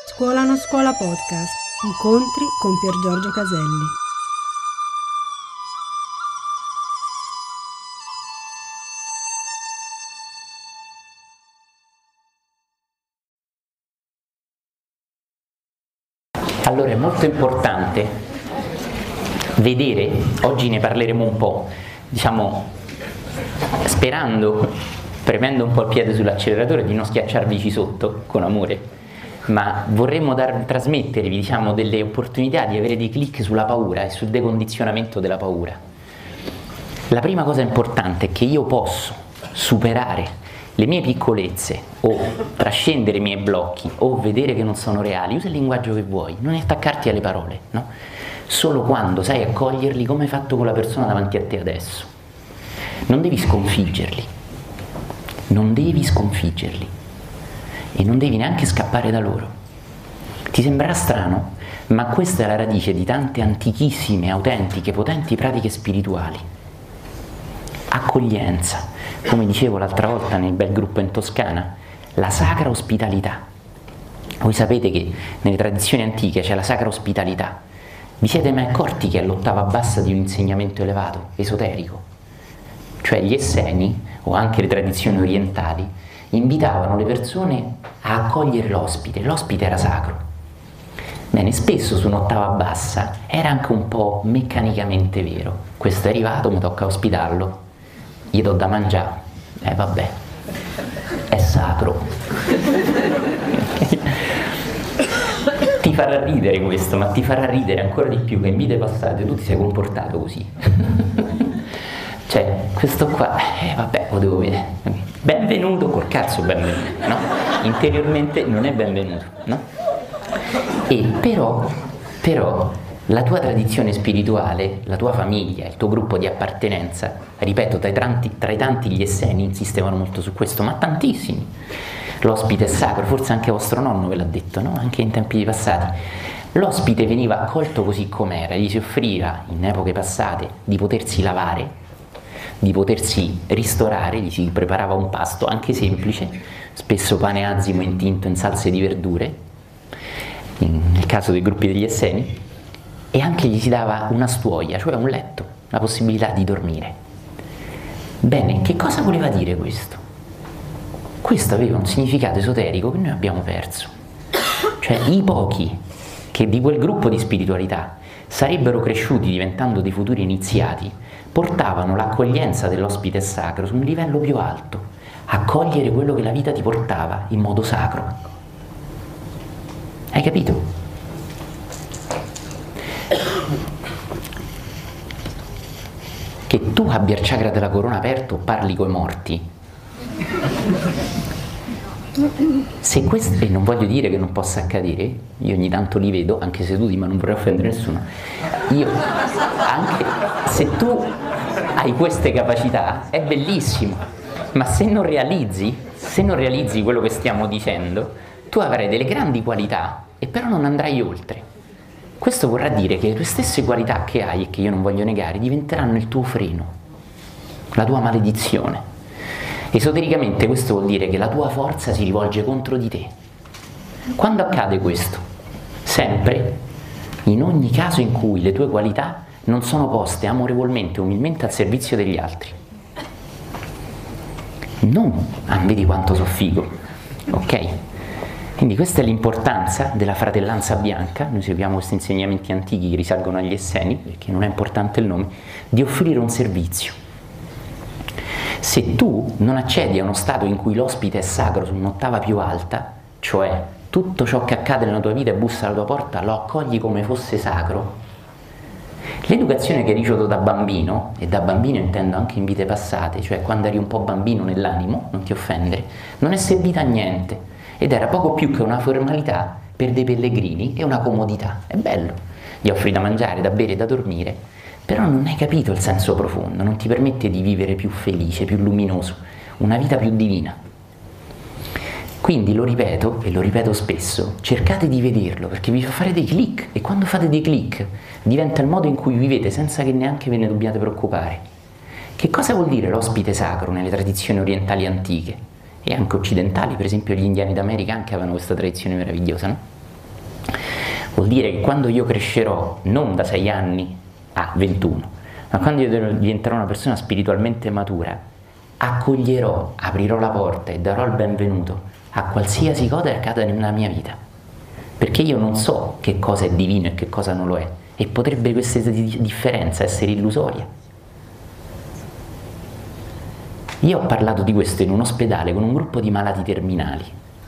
Scuola non scuola podcast. Incontri con Pier Giorgio Caselli. Allora è molto importante vedere, oggi ne parleremo un po', sperando, premendo un po' il piede sull'acceleratore di non schiacciarvici sotto, con amore, ma vorremmo trasmettervi delle opportunità di avere dei click sulla paura e sul decondizionamento della paura. La prima cosa importante è che io posso superare le mie piccolezze o trascendere i miei blocchi o vedere che non sono reali, usa il linguaggio che vuoi, non attaccarti alle parole, no? Solo quando sai accoglierli come hai fatto con la persona davanti a te adesso. Non devi sconfiggerli e non devi neanche scappare da loro. Ti sembrerà strano, ma questa è la radice di tante antichissime, autentiche, potenti pratiche spirituali. Accoglienza, come dicevo l'altra volta nel bel gruppo in Toscana, la sacra ospitalità. Voi sapete che nelle tradizioni antiche c'è la sacra ospitalità. Vi siete mai accorti che è l'ottava bassa di un insegnamento elevato, esoterico? Cioè gli Esseni, o anche le tradizioni orientali, invitavano le persone a accogliere l'ospite era sacro. Bene, spesso su un'ottava bassa era anche un po' meccanicamente vero. Questo è arrivato, mi tocca ospitarlo, gli do da mangiare, vabbè, è sacro. Ti farà ridere questo, ma ti farà ridere ancora di più che in vite passate tu ti sei comportato così. Cioè, questo qua, vabbè, lo devo vedere. Benvenuto, col cazzo benvenuto, no? Interiormente non è benvenuto, no? E però, la tua tradizione spirituale, la tua famiglia, il tuo gruppo di appartenenza, ripeto, tra i tanti gli Esseni insistevano molto su questo, ma tantissimi. L'ospite è sacro, forse anche vostro nonno ve l'ha detto, no? Anche in tempi passati. L'ospite veniva accolto così com'era, gli si offriva in epoche passate di potersi lavare, di potersi ristorare, gli si preparava un pasto anche semplice, spesso pane azimo intinto in salse di verdure, nel caso dei gruppi degli Esseni, e anche gli si dava una stuoia, cioè un letto, la possibilità di dormire. Bene, che cosa voleva dire questo? Questo aveva un significato esoterico che noi abbiamo perso. Cioè i pochi che di quel gruppo di spiritualità sarebbero cresciuti diventando dei futuri iniziati, portavano l'accoglienza dell'ospite sacro su un livello più alto, accogliere quello che la vita ti portava in modo sacro. Hai capito? Che tu abbia il chakra della corona aperto, parli coi morti. Se questo, e non voglio dire che non possa accadere, io ogni tanto li vedo, anche seduti, ma non vorrei offendere nessuno. Io, anche se tu hai queste capacità, è bellissimo, ma se non realizzi quello che stiamo dicendo, tu avrai delle grandi qualità e però non andrai oltre. Questo vorrà dire che le tue stesse qualità che hai e che io non voglio negare diventeranno il tuo freno, la tua maledizione. Esotericamente questo vuol dire che la tua forza si rivolge contro di te. Quando accade questo? Sempre, in ogni caso in cui le tue qualità non sono poste amorevolmente, umilmente al servizio degli altri. Non, vedi quanto so figo, ok? Quindi questa è l'importanza della fratellanza bianca, noi seguiamo questi insegnamenti antichi che risalgono agli Esseni, perché non è importante il nome, di offrire un servizio. Se tu non accedi a uno stato in cui l'ospite è sacro su un'ottava più alta, cioè tutto ciò che accade nella tua vita e bussa alla tua porta lo accogli come fosse sacro, l'educazione che hai ricevuto da bambino, e da bambino intendo anche in vite passate, cioè quando eri un po' bambino nell'animo, non ti offendere, non è servita a niente ed era poco più che una formalità per dei pellegrini e una comodità. È bello, gli offri da mangiare, da bere, da dormire, però non hai capito il senso profondo, non ti permette di vivere più felice, più luminoso, una vita più divina. Quindi lo ripeto, e lo ripeto spesso, cercate di vederlo perché vi fa fare dei click, e quando fate dei click diventa il modo in cui vivete senza che neanche ve ne dobbiate preoccupare. Che cosa vuol dire l'ospite sacro nelle tradizioni orientali antiche? E anche occidentali, per esempio gli indiani d'America anche avevano questa tradizione meravigliosa, no? Vuol dire che quando io crescerò, non da 6 anni a 21, ma quando io diventerò una persona spiritualmente matura, accoglierò, aprirò la porta e darò il benvenuto a qualsiasi cosa che accada nella mia vita. Perché io non so che cosa è divino e che cosa non lo è, e potrebbe questa differenza essere illusoria. Io ho parlato di questo in un ospedale con un gruppo di malati terminali.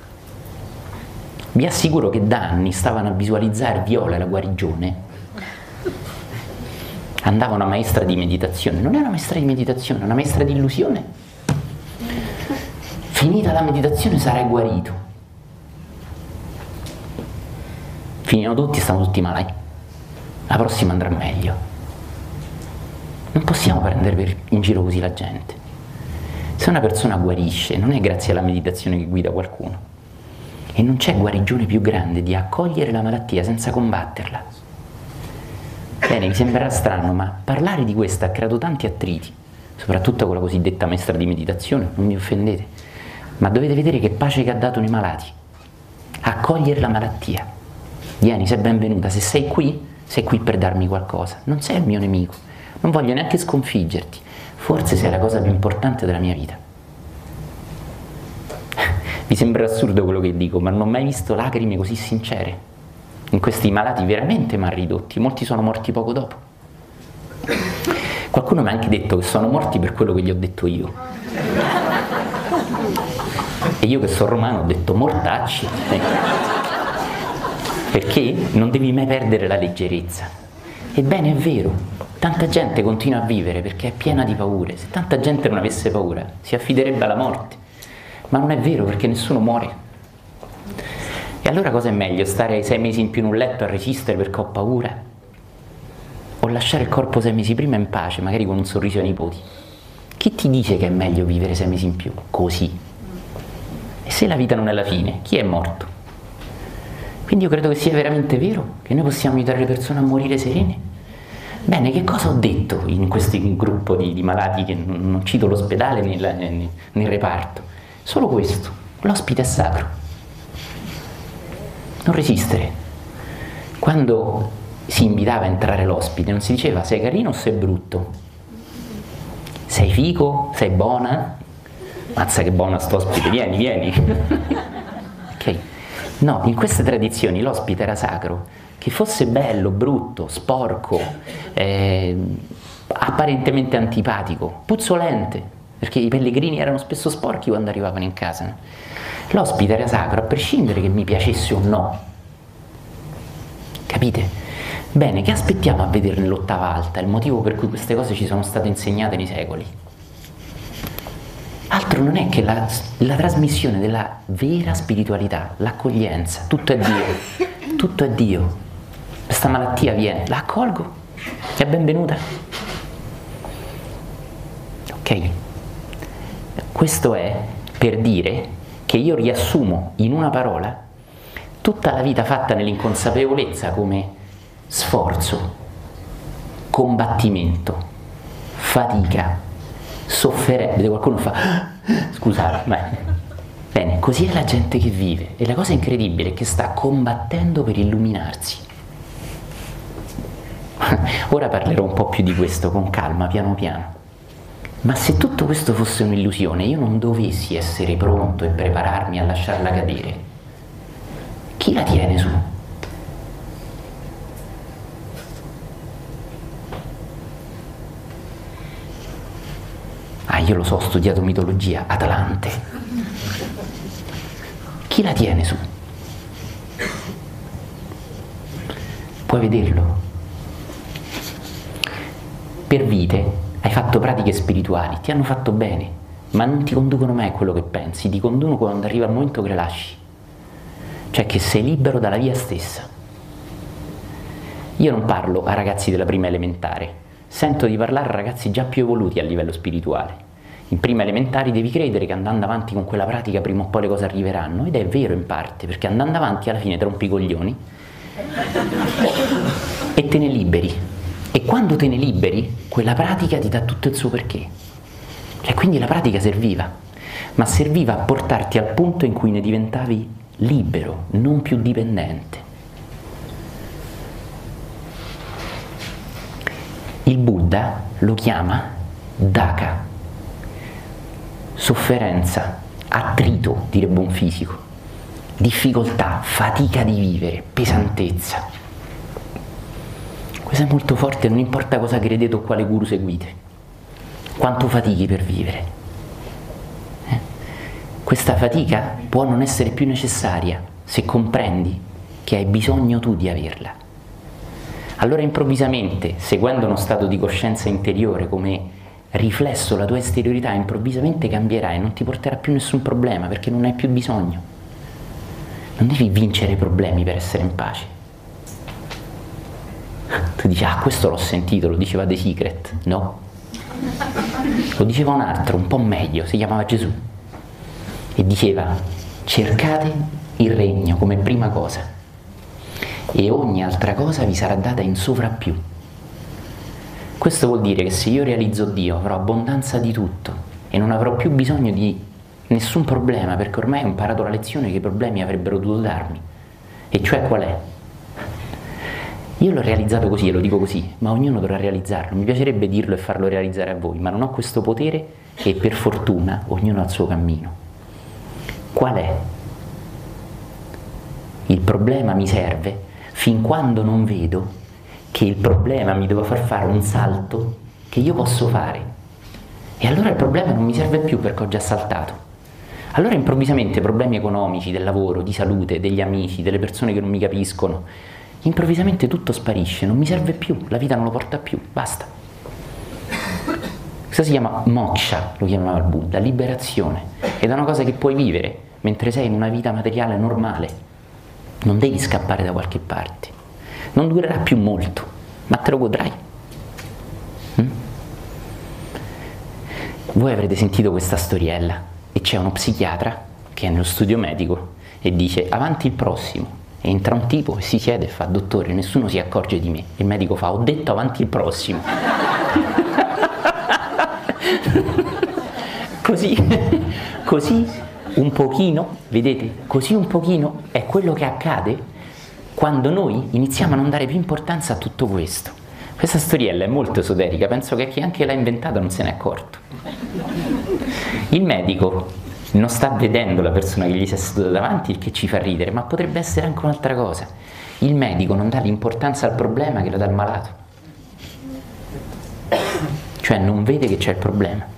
Vi assicuro che da anni stavano a visualizzare Viola e la guarigione. Andava una maestra di meditazione, non è una maestra di meditazione, è una maestra di illusione. Finita la meditazione sarai guarito. Finiamo tutti, stiamo tutti male. La prossima andrà meglio. Non possiamo prendere in giro così la gente. Se una persona guarisce, non è grazie alla meditazione che guida qualcuno. E non c'è guarigione più grande di accogliere la malattia senza combatterla. Bene, vi sembrerà strano, ma parlare di questo ha creato tanti attriti, soprattutto con la cosiddetta maestra di meditazione, non mi offendete, ma dovete vedere che pace che ha dato nei malati. Accogliere la malattia. Vieni, sei benvenuta, se sei qui per darmi qualcosa, non sei il mio nemico, non voglio neanche sconfiggerti, forse sei la cosa più importante della mia vita. Vi sembra assurdo quello che dico, ma non ho mai visto lacrime così sincere in questi malati veramente mal ridotti. Molti sono morti poco dopo. Qualcuno mi ha anche detto che sono morti per quello che gli ho detto io. E io che sono romano ho detto mortacci. Perché non devi mai perdere la leggerezza. Ebbene, è vero, tanta gente continua a vivere perché è piena di paure. Se tanta gente non avesse paura, si affiderebbe alla morte. Ma non è vero, perché nessuno muore. E allora cosa è meglio? Stare 6 mesi in più in un letto a resistere perché ho paura? O lasciare il corpo 6 mesi prima in pace, magari con un sorriso ai nipoti? Chi ti dice che è meglio vivere 6 mesi in più? Così. E se la vita non è la fine, chi è morto? Quindi io credo che sia veramente vero che noi possiamo aiutare le persone a morire serene. Bene, che cosa ho detto in questo gruppo di malati, che non cito l'ospedale nel reparto? Solo questo, l'ospite è sacro. Non resistere. Quando si invitava a entrare l'ospite non si diceva sei carino o sei brutto, sei figo, sei buona, mazza che buona sto ospite, vieni. Ok? No, in queste tradizioni l'ospite era sacro, che fosse bello, brutto, sporco, apparentemente antipatico, puzzolente, perché i pellegrini erano spesso sporchi quando arrivavano in casa, no? L'ospite era sacro, a prescindere che mi piacesse o no. Capite? Bene, che aspettiamo a vedere nell'ottava alta? Il motivo per cui queste cose ci sono state insegnate nei secoli. Altro non è che la trasmissione della vera spiritualità, l'accoglienza. Tutto è Dio, tutto è Dio. Questa malattia viene, la accolgo, è benvenuta. Ok? Questo è per dire che io riassumo in una parola tutta la vita fatta nell'inconsapevolezza come sforzo, combattimento, fatica, sofferenza. Vedete, qualcuno fa scusate, ma bene, così è la gente che vive, e la cosa incredibile è che sta combattendo per illuminarsi. Ora parlerò un po' più di questo con calma, piano piano. Ma se tutto questo fosse un'illusione, io non dovessi essere pronto e prepararmi a lasciarla cadere, chi la tiene su? Ah, io lo so, ho studiato mitologia, Atlante. Chi la tiene su? Puoi vederlo. Per vite hai fatto pratiche spirituali, ti hanno fatto bene, ma non ti conducono mai a quello che pensi, ti conducono quando arriva il momento che le lasci, cioè che sei libero dalla via stessa. Io non parlo a ragazzi della prima elementare, sento di parlare a ragazzi già più evoluti a livello spirituale. In prima elementari devi credere che andando avanti con quella pratica prima o poi le cose arriveranno, ed è vero in parte, perché andando avanti alla fine ti rompi i coglioni e te ne liberi. E quando te ne liberi, quella pratica ti dà tutto il suo perché. Cioè, quindi la pratica serviva, ma serviva a portarti al punto in cui ne diventavi libero, non più dipendente. Il Buddha lo chiama daka, sofferenza, attrito, direbbe un fisico, difficoltà, fatica di vivere, pesantezza. Questo è molto forte, non importa cosa credete o quale guru seguite, quanto fatichi per vivere. Questa fatica può non essere più necessaria se comprendi che hai bisogno tu di averla. Allora improvvisamente, seguendo uno stato di coscienza interiore come riflesso la tua esteriorità, improvvisamente cambierai e non ti porterà più nessun problema perché non hai più bisogno. Non devi vincere i problemi per essere in pace. Tu dici, ah, questo l'ho sentito, lo diceva The Secret. No. Lo diceva un altro, un po' meglio, si chiamava Gesù. E diceva, cercate il regno come prima cosa e ogni altra cosa vi sarà data in sovrappiù. Questo vuol dire che se io realizzo Dio avrò abbondanza di tutto e non avrò più bisogno di nessun problema, perché ormai ho imparato la lezione che i problemi avrebbero dovuto darmi. E cioè qual è? Io l'ho realizzato così e lo dico così, ma ognuno dovrà realizzarlo. Mi piacerebbe dirlo e farlo realizzare a voi, ma non ho questo potere e per fortuna ognuno ha il suo cammino. Qual è? Il problema mi serve fin quando non vedo che il problema mi deve far fare un salto che io posso fare. E allora il problema non mi serve più perché ho già saltato. Allora improvvisamente problemi economici, del lavoro, di salute, degli amici, delle persone che non mi capiscono, improvvisamente tutto sparisce, non mi serve più, la vita non lo porta più, basta. Questo si chiama moksha, lo chiamava il Buddha, liberazione. Ed è una cosa che puoi vivere mentre sei in una vita materiale normale. Non devi scappare da qualche parte. Non durerà più molto, ma te lo godrai. Voi avrete sentito questa storiella e c'è uno psichiatra che è nello studio medico e dice avanti il prossimo. E entra un tipo e si siede e fa dottore, nessuno si accorge di me. E il medico fa ho detto avanti il prossimo. Così un pochino, vedete, così un pochino è quello che accade quando noi iniziamo a non dare più importanza a tutto questo. Questa storiella è molto esoterica, penso che chi anche l'ha inventata non se n'è accorto. Il medico non sta vedendo la persona che gli si è seduta davanti, il che ci fa ridere, ma potrebbe essere anche un'altra cosa. Il medico non dà l'importanza al problema che la dà al malato. Cioè non vede che c'è il problema.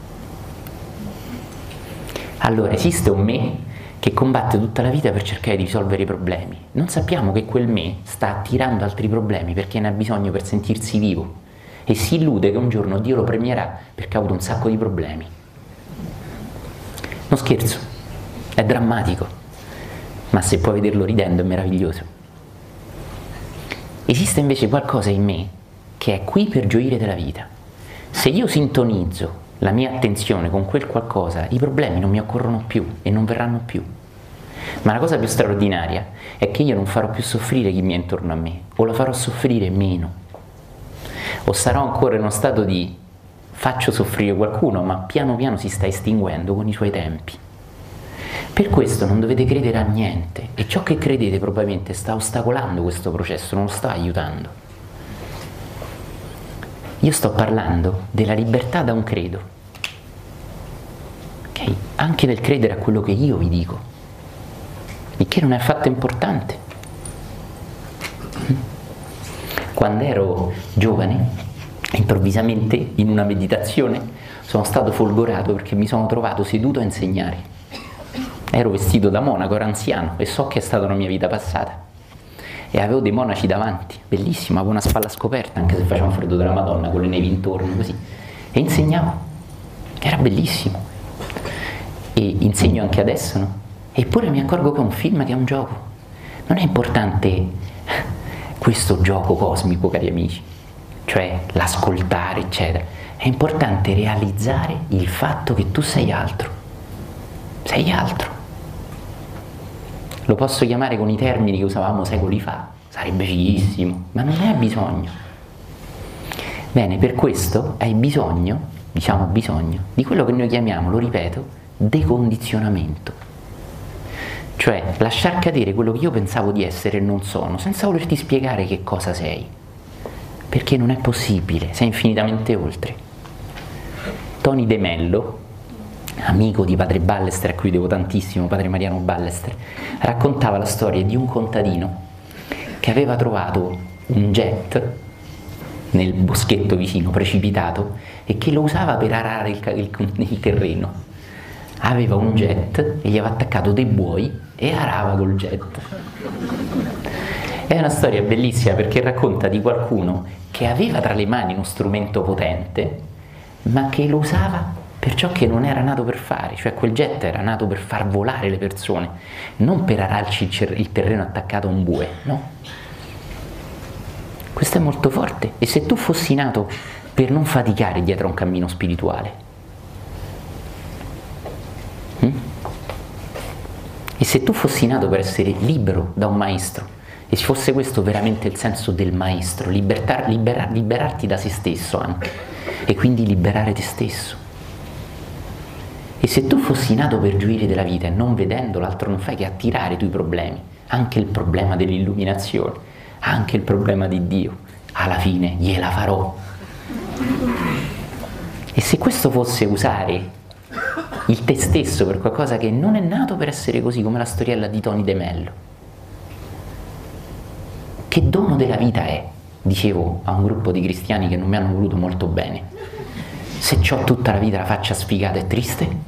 Allora esiste un me che combatte tutta la vita per cercare di risolvere i problemi. Non sappiamo che quel me sta attirando altri problemi perché ne ha bisogno per sentirsi vivo e si illude che un giorno Dio lo premierà perché ha avuto un sacco di problemi. Non scherzo, è drammatico, ma se puoi vederlo ridendo è meraviglioso. Esiste invece qualcosa in me che è qui per gioire della vita. Se io sintonizzo la mia attenzione con quel qualcosa, i problemi non mi occorrono più e non verranno più. Ma la cosa più straordinaria è che io non farò più soffrire chi mi è intorno a me, o la farò soffrire meno. O sarò ancora in uno stato di faccio soffrire qualcuno, ma piano piano si sta estinguendo con i suoi tempi. Per questo non dovete credere a niente e ciò che credete probabilmente sta ostacolando questo processo, non lo sta aiutando. Io sto parlando della libertà da un credo, ok? Anche nel credere a quello che io vi dico, il che non è affatto importante. Quando ero giovane, improvvisamente in una meditazione sono stato folgorato perché mi sono trovato seduto a insegnare. Ero vestito da monaco, ero anziano e so che è stata una mia vita passata. E avevo dei monaci davanti, bellissimo, avevo una spalla scoperta, anche se faceva un freddo della Madonna, con le nevi intorno, così. E insegnavo, era bellissimo. E insegno anche adesso, no? Eppure mi accorgo che è un film, che è un gioco. Non è importante questo gioco cosmico, cari amici, cioè l'ascoltare, eccetera. È importante realizzare il fatto che tu sei altro. Sei altro. Lo posso chiamare con i termini che usavamo secoli fa, sarebbe fighissimo, ma non ne hai bisogno. Bene, per questo hai bisogno, diciamo bisogno, di quello che noi chiamiamo, lo ripeto, decondizionamento. Cioè lasciar cadere quello che io pensavo di essere e non sono, senza volerti spiegare che cosa sei. perché non è possibile, sei infinitamente oltre. Tony De Mello, amico di padre Ballester, a cui devo tantissimo, padre Mariano Ballester, raccontava la storia di un contadino che aveva trovato un jet nel boschetto vicino, precipitato, e che lo usava per arare il terreno. Aveva un jet e gli aveva attaccato dei buoi e arava col jet. È una storia bellissima perché racconta di qualcuno che aveva tra le mani uno strumento potente, ma che lo usava per ciò che non era nato per fare, cioè quel jet era nato per far volare le persone, non per ararci il terreno attaccato a un bue, no? Questo è molto forte. E se tu fossi nato per non faticare dietro a un cammino spirituale? E se tu fossi nato per essere libero da un maestro, e se fosse questo veramente il senso del maestro, liberarti da se stesso anche, e quindi liberare te stesso. E se tu fossi nato per gioire della vita e non vedendolo, altro non fai che attirare i tuoi problemi, anche il problema dell'illuminazione, anche il problema di Dio, alla fine gliela farò. E se questo fosse usare il te stesso per qualcosa che non è nato per essere così, come la storiella di Tony De Mello, che dono della vita è? Dicevo a un gruppo di cristiani che non mi hanno voluto molto bene: se c'ho tutta la vita la faccia sfigata e triste?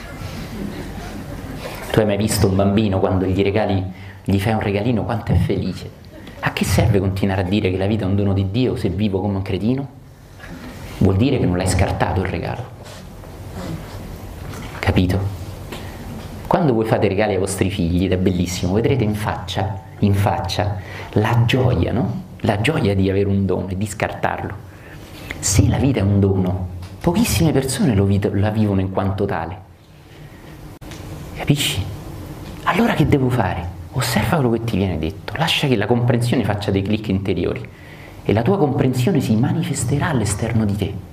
Tu hai mai visto un bambino quando gli fai un regalino quanto è felice? A che serve continuare a dire che la vita è un dono di Dio se vivo come un cretino? Vuol dire che non l'hai scartato il regalo. Capito? Quando voi fate regali ai vostri figli, ed è bellissimo, vedrete in faccia la gioia, no? La gioia di avere un dono e di scartarlo. Se la vita è un dono, pochissime persone la vivono in quanto tale. Capisci? Allora che devo fare? Osserva quello che ti viene detto, lascia che la comprensione faccia dei click interiori e la tua comprensione si manifesterà all'esterno di te.